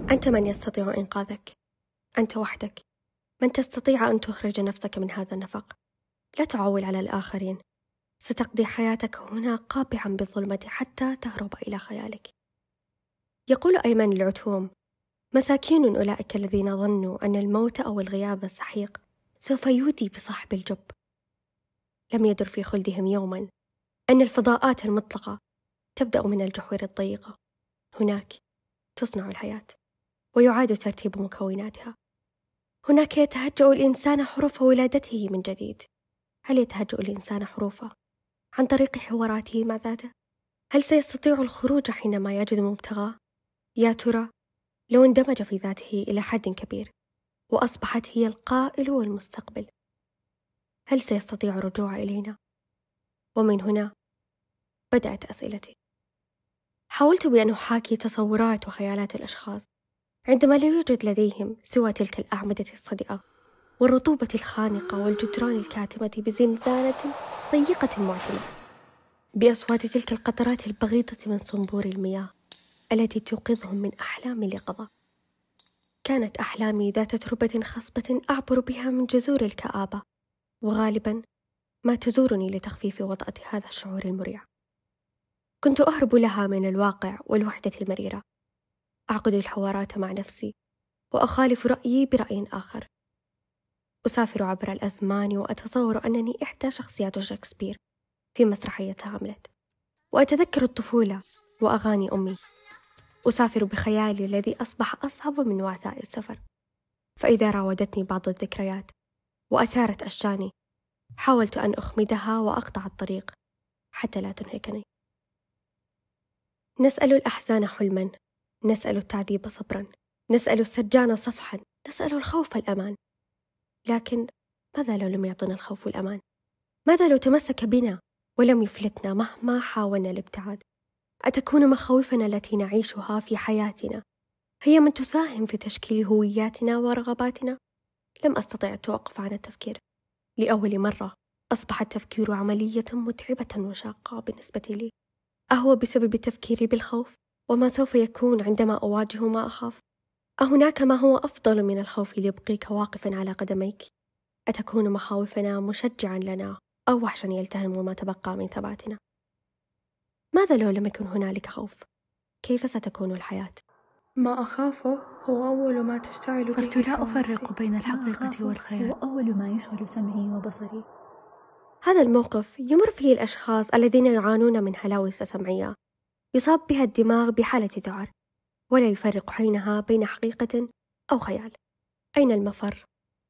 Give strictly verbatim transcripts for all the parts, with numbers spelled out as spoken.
أنت من يستطيع إنقاذك. أنت وحدك من تستطيع أن تخرج نفسك من هذا النفق. لا تعول على الآخرين. ستقضي حياتك هنا قابعا بالظلمة حتى تهرب إلى خيالك. يقول أيمن العتوم: مساكين أولئك الذين ظنوا أن الموت أو الغياب السحيق سوف يودي بصاحب الجب. لم يدر في خلدهم يوما أن الفضاءات المطلقة تبدأ من الجحور الضيقة. هناك تصنع الحياة ويعاد ترتيب مكوناتها. هناك يتهجأ الإنسان حروف ولادته من جديد. هل يتهجأ الإنسان حروفه عن طريق حواراته مع ذاته؟ هل سيستطيع الخروج حينما يجد مبتغاه؟ يا ترى لو اندمج في ذاته إلى حد كبير وأصبحت هي القائل والمستقبل، هل سيستطيع الرجوع إلينا؟ ومن هنا بدأت أسئلتي. حاولت بأن أحاكي تصورات وخيالات الأشخاص عندما لا يوجد لديهم سوى تلك الأعمدة الصدئة والرطوبة الخانقة والجدران الكاتمة بزنزانة ضيقة معتمة، بأصوات تلك القطرات البغيضة من صنبور المياه التي توقظهم من أحلام اليقظة. كانت أحلامي ذات تربة خصبة أعبر بها من جذور الكآبة، وغالبا ما تزورني لتخفيف وطأة هذا الشعور المريع. كنت أهرب لها من الواقع والوحدة المريرة، أعقد الحوارات مع نفسي وأخالف رأيي برأي آخر. أسافر عبر الأزمان وأتصور أنني إحدى شخصيات شكسبير في مسرحية هاملت، وأتذكر الطفولة وأغاني أمي. أسافر بخيالي الذي أصبح أصعب من وعثاء السفر، فإذا راودتني بعض الذكريات وأثارت أشجاني حاولت أن أخمدها وأقطع الطريق حتى لا تنهكني. نسأل الأحزان حلما، نسأل التعذيب صبرا، نسأل السجان صفحا، نسأل الخوف الأمان. لكن ماذا لو لم يعطنا الخوف الأمان؟ ماذا لو تمسك بنا ولم يفلتنا مهما حاولنا الابتعاد؟ أتكون مخاوفنا التي نعيشها في حياتنا هي من تساهم في تشكيل هوياتنا ورغباتنا؟ لم أستطع التوقف عن التفكير. لأول مرة أصبح التفكير عملية متعبة وشاقة بالنسبة لي. أهو بسبب تفكيري بالخوف وما سوف يكون عندما أواجه ما أخاف؟ أهناك ما هو أفضل من الخوف ليبقيك واقفا على قدميك؟ أتكون مخاوفنا مشجعا لنا أو وحشا يلتهم ما تبقى من ثباتنا؟ ماذا لو لم يكن هنالك خوف؟ كيف ستكون الحياة؟ ما أخافه هو أول ما تشتعل به صرت لا حواسي. أفرق بين الحقيقة والخيال. هو أول ما يشعل سمعي وبصري. هذا الموقف يمر فيه الأشخاص الذين يعانون من هلاوس سمعية يصاب بها الدماغ بحالة ذعر، ولا يفرق حينها بين حقيقة أو خيال. أين المفر؟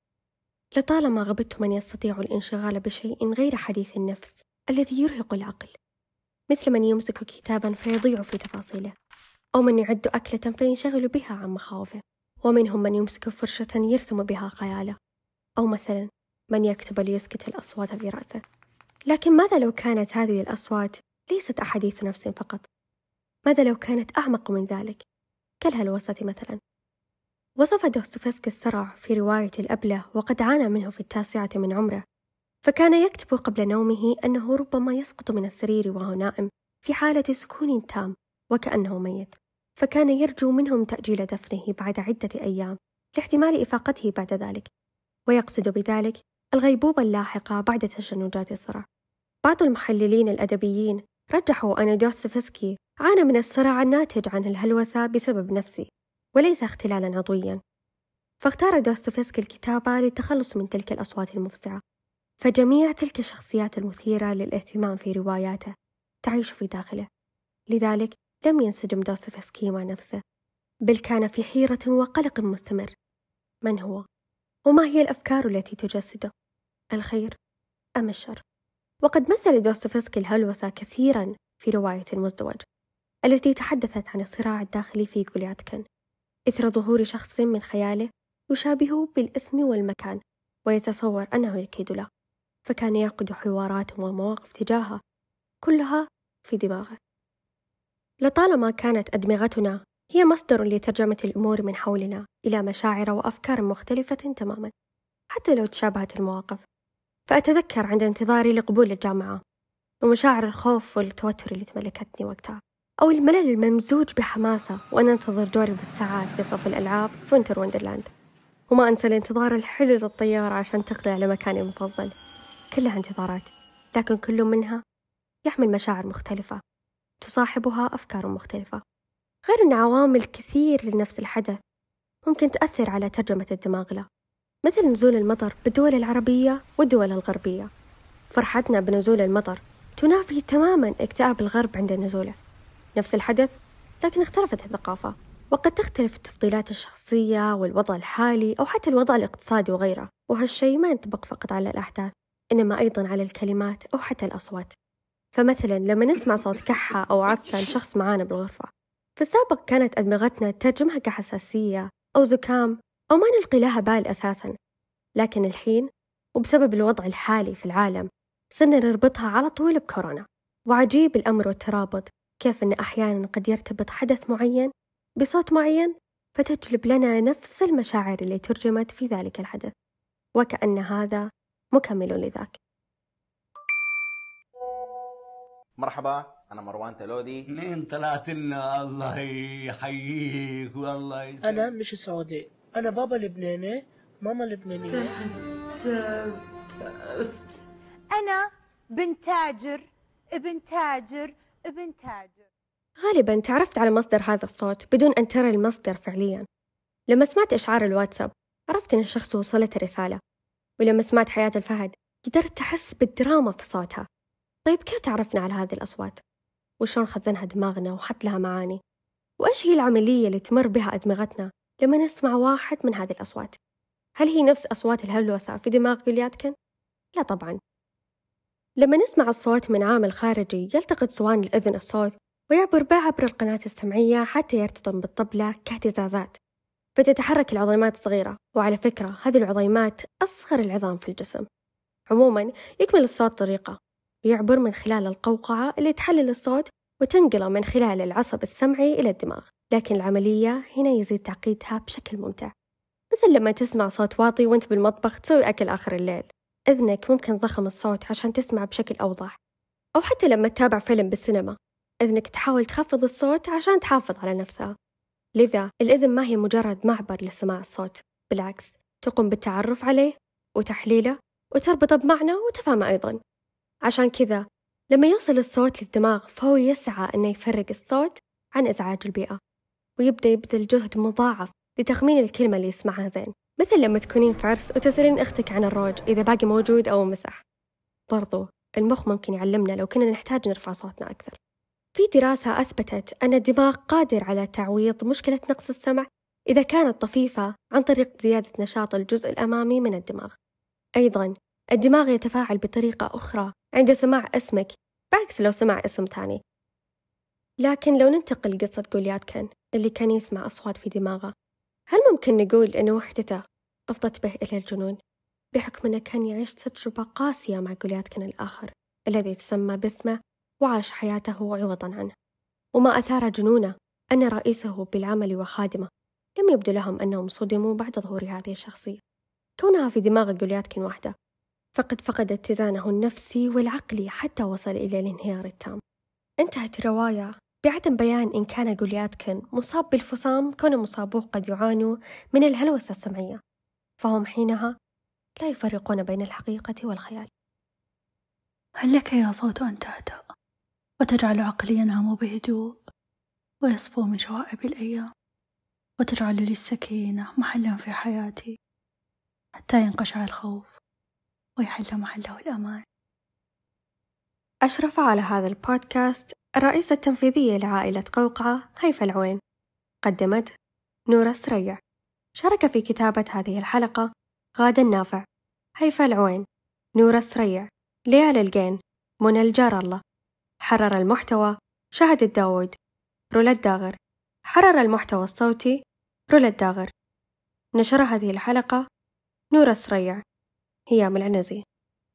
لطالما غبت من يستطيع الانشغال بشيء غير حديث النفس الذي يرهق العقل، مثل من يمسك كتابا فيضيع في تفاصيله، أو من يعد أكلة فينشغل بها عن مخاوفه. ومنهم من يمسك فرشة يرسم بها خياله، أو مثلا من يكتب ليسكت الأصوات في رأسه. لكن ماذا لو كانت هذه الأصوات ليست أحاديث نفس فقط؟ ماذا لو كانت أعمق من ذلك، كالهلوسة مثلا؟ وصف دوستويفسكي الصرع في رواية الأبلة وقد عانى منه في التاسعة من عمره، فكان يكتب قبل نومه أنه ربما يسقط من السرير وهو نائم في حالة سكون تام وكأنه ميت، فكان يرجو منهم تأجيل دفنه بعد عدة أيام لاحتمال إفاقته بعد ذلك، ويقصد بذلك الغيبوبة اللاحقة بعد تشنجات الصرع. بعض المحللين الأدبيين رجحوا أن دوستويفسكي عانى من الصرع الناتج عن الهلوسة بسبب نفسي وليس اختلالا عضويا، فاختار دوستويفسكي الكتابة للتخلص من تلك الأصوات المفزعة. فجميع تلك الشخصيات المثيرة للاهتمام في رواياته تعيش في داخله، لذلك لم ينسجم دوستويفسكي مع نفسه، بل كان في حيرة وقلق مستمر. من هو؟ وما هي الأفكار التي تجسده؟ الخير أم الشر؟ وقد مثل دوستويفسكي الهلوسة كثيرا في رواية المزدوج التي تحدثت عن الصراع الداخلي في غولياتكن إثر ظهور شخص من خياله يشابهه بالاسم والمكان ويتصور أنه يكيد له، فكان يعقد حوارات ومواقف تجاهه كلها في دماغه. لطالما كانت أدمغتنا هي مصدر لترجمة الأمور من حولنا إلى مشاعر وأفكار مختلفة تماما حتى لو تشابهت المواقف. فأتذكر عند انتظاري لقبول الجامعة ومشاعر الخوف والتوتر اللي تملكتني وقتها، أو الملل الممزوج بحماسة وأنا أنتظر دوري بالساعات في صف الألعاب في وينتر وندرلاند، وما أنسى الانتظار الحلو للطيارة عشان تقلع لمكاني المفضل. كلها انتظارات، لكن كل منها يحمل مشاعر مختلفة تصاحبها أفكار مختلفة، غير أن عوامل كثير لنفس الحدث ممكن تأثر على ترجمة الدماغ له، مثل نزول المطر بالدول العربية والدول الغربية. فرحتنا بنزول المطر تنافي تماما اكتئاب الغرب عند نزوله. نفس الحدث لكن اختلفت الثقافة، وقد تختلف التفضيلات الشخصية والوضع الحالي أو حتى الوضع الاقتصادي وغيره. وهالشيء ما ينطبق فقط على الأحداث، إنما أيضا على الكلمات أو حتى الأصوات. فمثلا لما نسمع صوت كحة أو عطسة لشخص معانا بالغرفة، في السابق كانت أدمغتنا تترجمها كحساسية أو زكام أو ما نلقي لها بال أساسا، لكن الحين وبسبب الوضع الحالي في العالم صرنا نربطها على طول بكورونا. وعجيب الأمر والترابط، كيف أن أحيانا قد يرتبط حدث معين بصوت معين فتجلب لنا نفس المشاعر اللي ترجمت في ذلك الحدث، وكأن هذا مكمل لذاك. مرحبا، أنا مروان تلودي. منين طلعت لنا؟ الله يحييك والله يسلمك. أنا مش سعودي، أنا بابا لبناني ماما لبنانية. أنا بنت تاجر ابن تاجر ابن تاجر. غالبا تعرفت على مصدر هذا الصوت بدون أن ترى المصدر فعليا. لما سمعت إشعار الواتساب عرفت أن الشخص وصلت رسالة، ولما سمعت حياة الفهد قدرت تحس بالدراما في صوتها. طيب كيف تعرفنا على هذه الأصوات؟ وشون خزنها دماغنا وحط لها معاني؟ وإيش هي العملية اللي تمر بها أدمغتنا لما نسمع واحد من هذه الأصوات؟ هل هي نفس أصوات الهلوسة في دماغ جولياتكن؟ لا طبعا. لما نسمع الصوت من عامل خارجي يلتقط صوان الأذن الصوت ويعبر به عبر القناة السمعية حتى يرتطم بالطبلة كاهتزازات، فتتحرك العظيمات الصغيرة. وعلى فكرة هذه العظيمات أصغر العظام في الجسم. عموما يكمل الصوت طريقة ويعبر من خلال القوقعة اللي تحلل الصوت وتنقله من خلال العصب السمعي إلى الدماغ. لكن العملية هنا يزيد تعقيدها بشكل ممتع، مثل لما تسمع صوت واطي وانت بالمطبخ تسوي أكل آخر الليل، إذنك ممكن تضخم الصوت عشان تسمع بشكل أوضح. أو حتى لما تتابع فيلم بالسينما إذنك تحاول تخفض الصوت عشان تحافظ على نفسها. لذا الإذن ما هي مجرد معبر لسماع الصوت، بالعكس تقوم بالتعرف عليه وتحليله وتربطه بمعنى وتفهمه أيضا. عشان كذا لما يوصل الصوت للدماغ فهو يسعى أنه يفرق الصوت عن إزعاج البيئة، ويبدأ يبذل جهد مضاعف لتخمين الكلمة اللي يسمعها زين. مثل لما تكونين في عرس وتسألين أختك عن الروج إذا باقي موجود أو مسح. برضو المخ ممكن يعلمنا لو كنا نحتاج نرفع صوتنا أكثر. في دراسة أثبتت أن الدماغ قادر على تعويض مشكلة نقص السمع إذا كانت طفيفة عن طريق زيادة نشاط الجزء الأمامي من الدماغ. أيضا الدماغ يتفاعل بطريقة أخرى عند سماع اسمك بعكس لو سمع اسم تاني. لكن لو ننتقل قصة جولياتكن اللي كان يسمع أصوات في دماغه، هل ممكن نقول أن وحدته أفضت به إلى الجنون بحكم أنه كان يعيش تجربة قاسية مع جولياتكن الآخر الذي تسمى باسمه وعاش حياته عوضا عنه؟ وما أثار جنونه أن رئيسه بالعمل وخادمه لم يبدو لهم أنهم صدموا بعد ظهور هذه الشخصية. كونها في دماغ جولياتكن وحده فقد فقد اتزانه النفسي والعقلي حتى وصل إلى الانهيار التام. انتهت الرواية بعدم بيان إن كان جولياتكن مصاب بالفصام كون مصابوه قد يعانوا من الهلوسة السمعية، فهم حينها لا يفرقون بين الحقيقة والخيال. هل لك يا صوت أن تهدأ وتجعل عقلي ينعم بهدوء ويصفو من شوائب الأيام، وتجعل لي السكينة محلا في حياتي حتى ينقشع الخوف ويحل محله الأمان. أشرف على هذا البودكاست الرئيسة التنفيذية لعائلة قوقعة هيفا العوين، قدمت نورة سريع. شارك في كتابة هذه الحلقة غادة النافع، هيفا العوين، نورة سريع، ليال الجين، منى الجار الله. حرر المحتوى شهد الداود، رولا الداغر. حرر المحتوى الصوتي رولا الداغر. نشر هذه الحلقة نورة سريع، هيام العنزي.